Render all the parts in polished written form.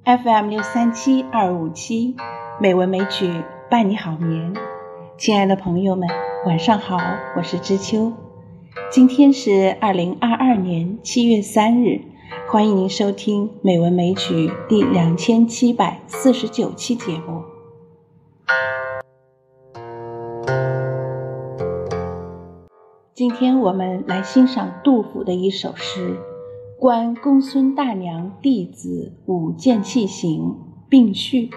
FM637257，美文美曲伴你好眠。亲爱的朋友们，晚上好，我是知秋。今天是2022年7月3日，欢迎您收听美文美曲第2749期节目。今天我们来欣赏杜甫的一首诗，观公孙大娘弟子舞剑器行并序。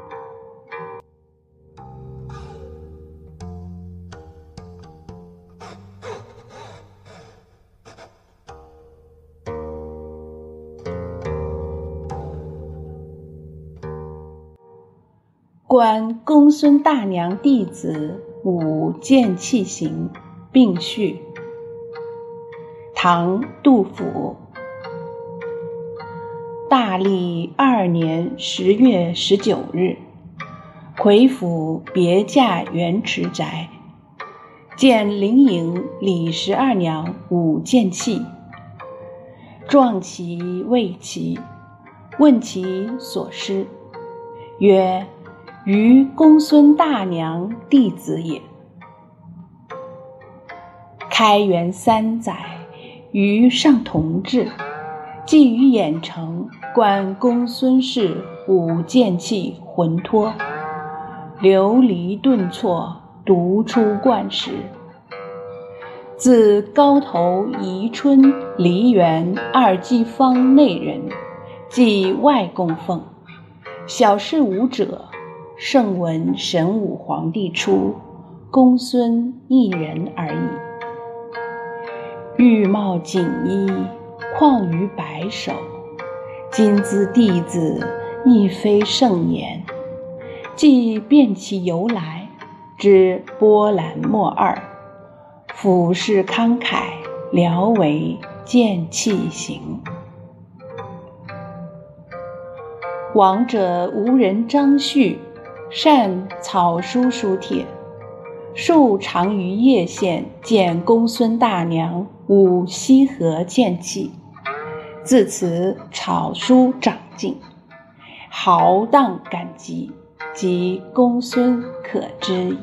观公孙大娘弟子舞剑器行并序。唐·杜甫。大历2年10月19日，魁府别驾元池宅，见灵隐李12娘舞剑器，壮其未齐，问其所失，曰：余公孙大娘弟子也。开元3载，余尚童稚，寄于兖城，观公孙氏舞剑器浑脱，流离顿挫，独出冠时。自高头宜春、梨园2季坊内人，即外供奉。小事舞者，盛闻神武皇帝出，公孙一人而已。玉帽锦衣，况于白首，今兹弟子亦非盛言。既辨其由来，知波澜莫二，俯视慷慨，聊为剑器行。往者无人张旭，善草书书帖，数常于叶县见公孙大娘舞西河剑器，自此草书长进，豪荡感激，即公孙可知矣。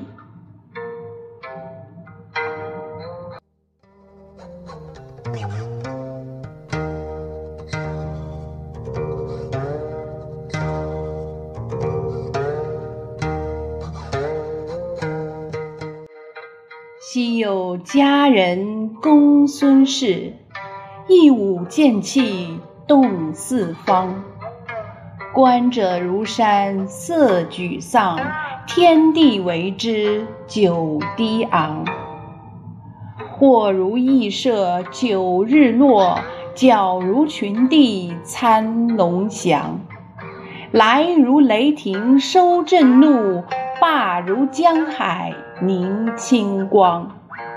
昔有佳人公孙氏，一舞剑器动四方。观者如山色沮丧，天地为之久低昂。或如羿射9日落，皎如群帝参龙翔。来如雷霆收震怒，罢如江海凝清光。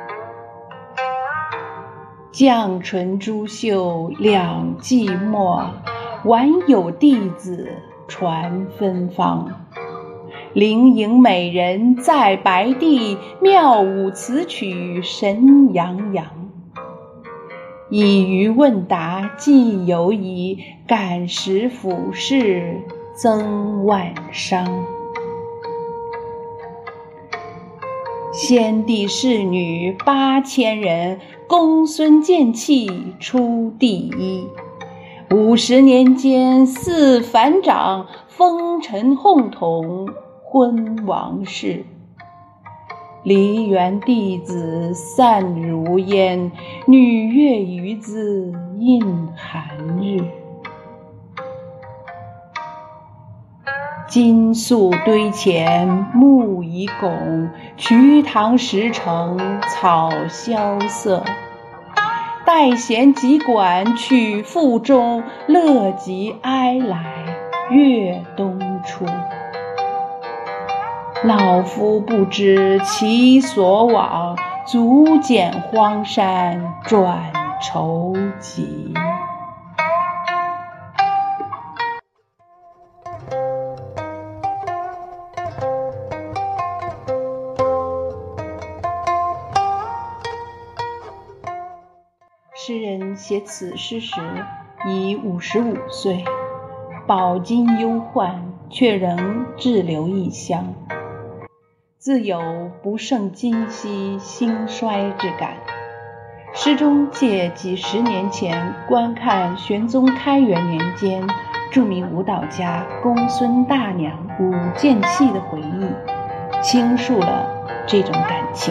绛唇珠袖两寂寞，晚有弟子传芬芳。灵隐美人在白帝，妙舞此曲神洋洋。以余问答既犹疑，感时俯视增万伤。先帝侍女8000人，公孙剑器出第一。50年间似反掌，风尘哄同昏王室。梨园弟子散如烟，女乐余姿映寒日。金粟堆前木已拱，瞿塘石城草萧瑟。待弦急管曲腹中，乐极哀来月东出。老夫不知其所往，足见荒山转愁急。诗人写此诗时已55岁， 饱经忧患，却仍滞留异乡，自有不胜今夕兴衰之感。诗中借几十年前观看玄宗开元年间著名舞蹈家公孙大娘舞剑戏的回忆，倾诉了这种感情。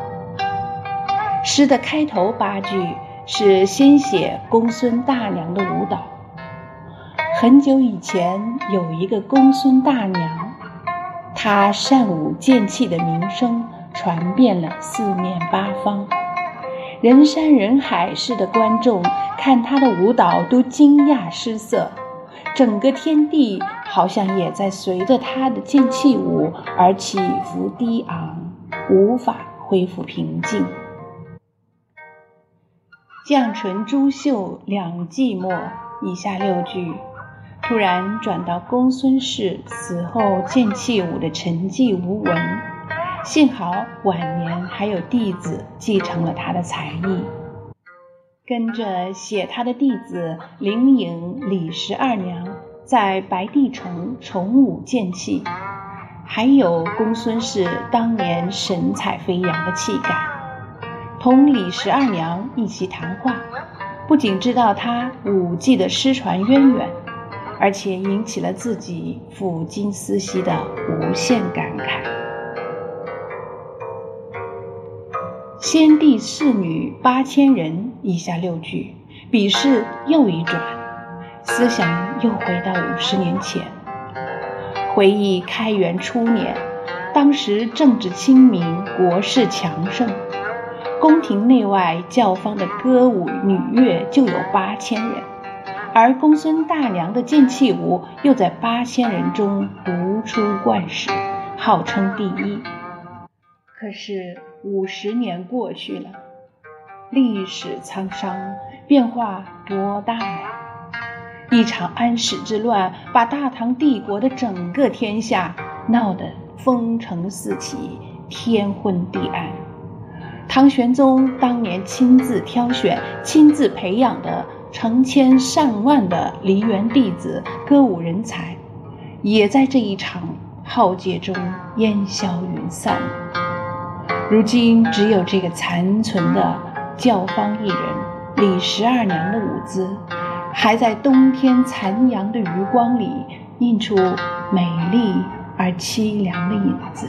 诗的开头8句是先写公孙大娘的舞蹈。很久以前有一个公孙大娘，她善舞剑气的名声传遍了四面八方，人山人海似的观众看她的舞蹈都惊讶失色，整个天地好像也在随着她的剑气舞而起伏低昂，无法恢复平静。绛唇珠袖两寂寞，以下6句突然转到公孙氏死后剑气舞的沉寂无闻，幸好晚年还有弟子继承了他的才艺。跟着写他的弟子灵颖李12娘在白帝城重舞剑气，还有公孙氏当年神采飞扬的气概。同李12娘一起谈话，不仅知道她舞技的失传渊源，而且引起了自己抚今思昔的无限感慨。先帝侍女8000人，以下6句，笔势又一转，思想又回到50年前，回忆开元初年，当时政治清明，国势强盛，宫廷内外教坊的歌舞女乐就有8000人，而公孙大娘的剑气舞又在8000人中独出冠首，号称第一。可是50年过去了，历史沧桑，变化多大呀！一场安史之乱把大唐帝国的整个天下闹得风尘四起，天昏地暗。唐玄宗当年亲自挑选、亲自培养的成千上万的梨园弟子、歌舞人才，也在这一场浩劫中烟消云散。如今只有这个残存的教坊艺人李12娘的舞姿，还在冬天残阳的余光里映出美丽而凄凉的影子。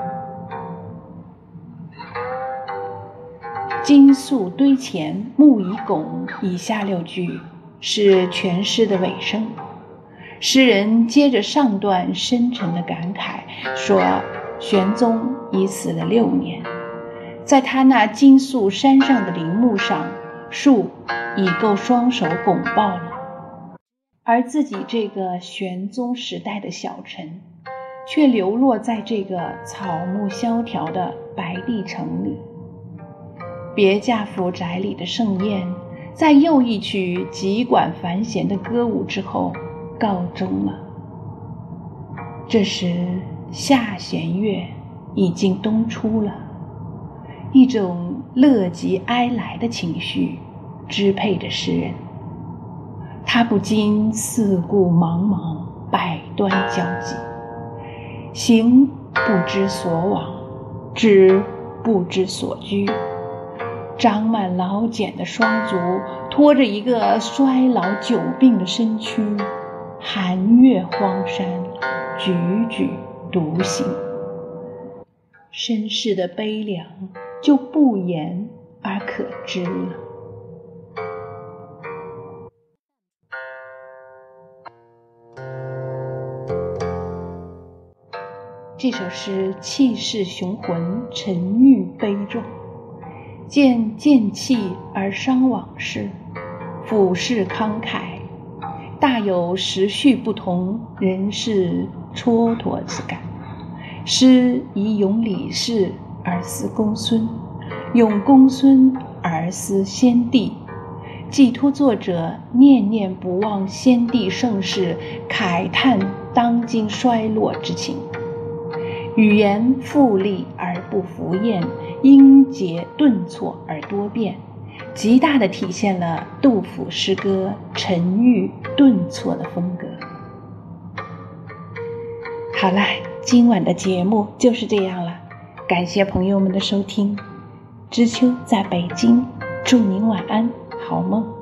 金粟堆前木已拱，以下6句是全诗的尾声。诗人接着上段深沉的感慨，说玄宗已死了6年，在他那金粟山上的陵墓上，树已够双手拱抱了，而自己这个玄宗时代的小臣，却流落在这个草木萧条的白帝城里。别驾府宅里的盛宴，在又一曲极管繁弦的歌舞之后告终了。这时下弦月已经东出了，一种乐极哀来的情绪支配着诗人，他不禁四顾茫茫，百端交集，行不知所往，止不知所居，长满老茧的双足拖着一个衰老久病的身躯，寒越荒山，踽踽独行。身世的悲凉就不言而可知了。这首诗气势雄浑，沉郁悲壮，见剑气而伤往事，俯视慷慨，大有时序不同，人事蹉跎之感。诗以咏李氏而思公孙，咏公孙而思先帝，寄托作者念念不忘先帝盛世，慨叹当今衰落之情。语言富丽而不浮艳，音节顿挫而多变，极大地体现了杜甫诗歌沉郁顿挫的风格。 好啦，今晚的节目就是这样了，感谢朋友们的收听。知秋在北京，祝您晚安，好梦。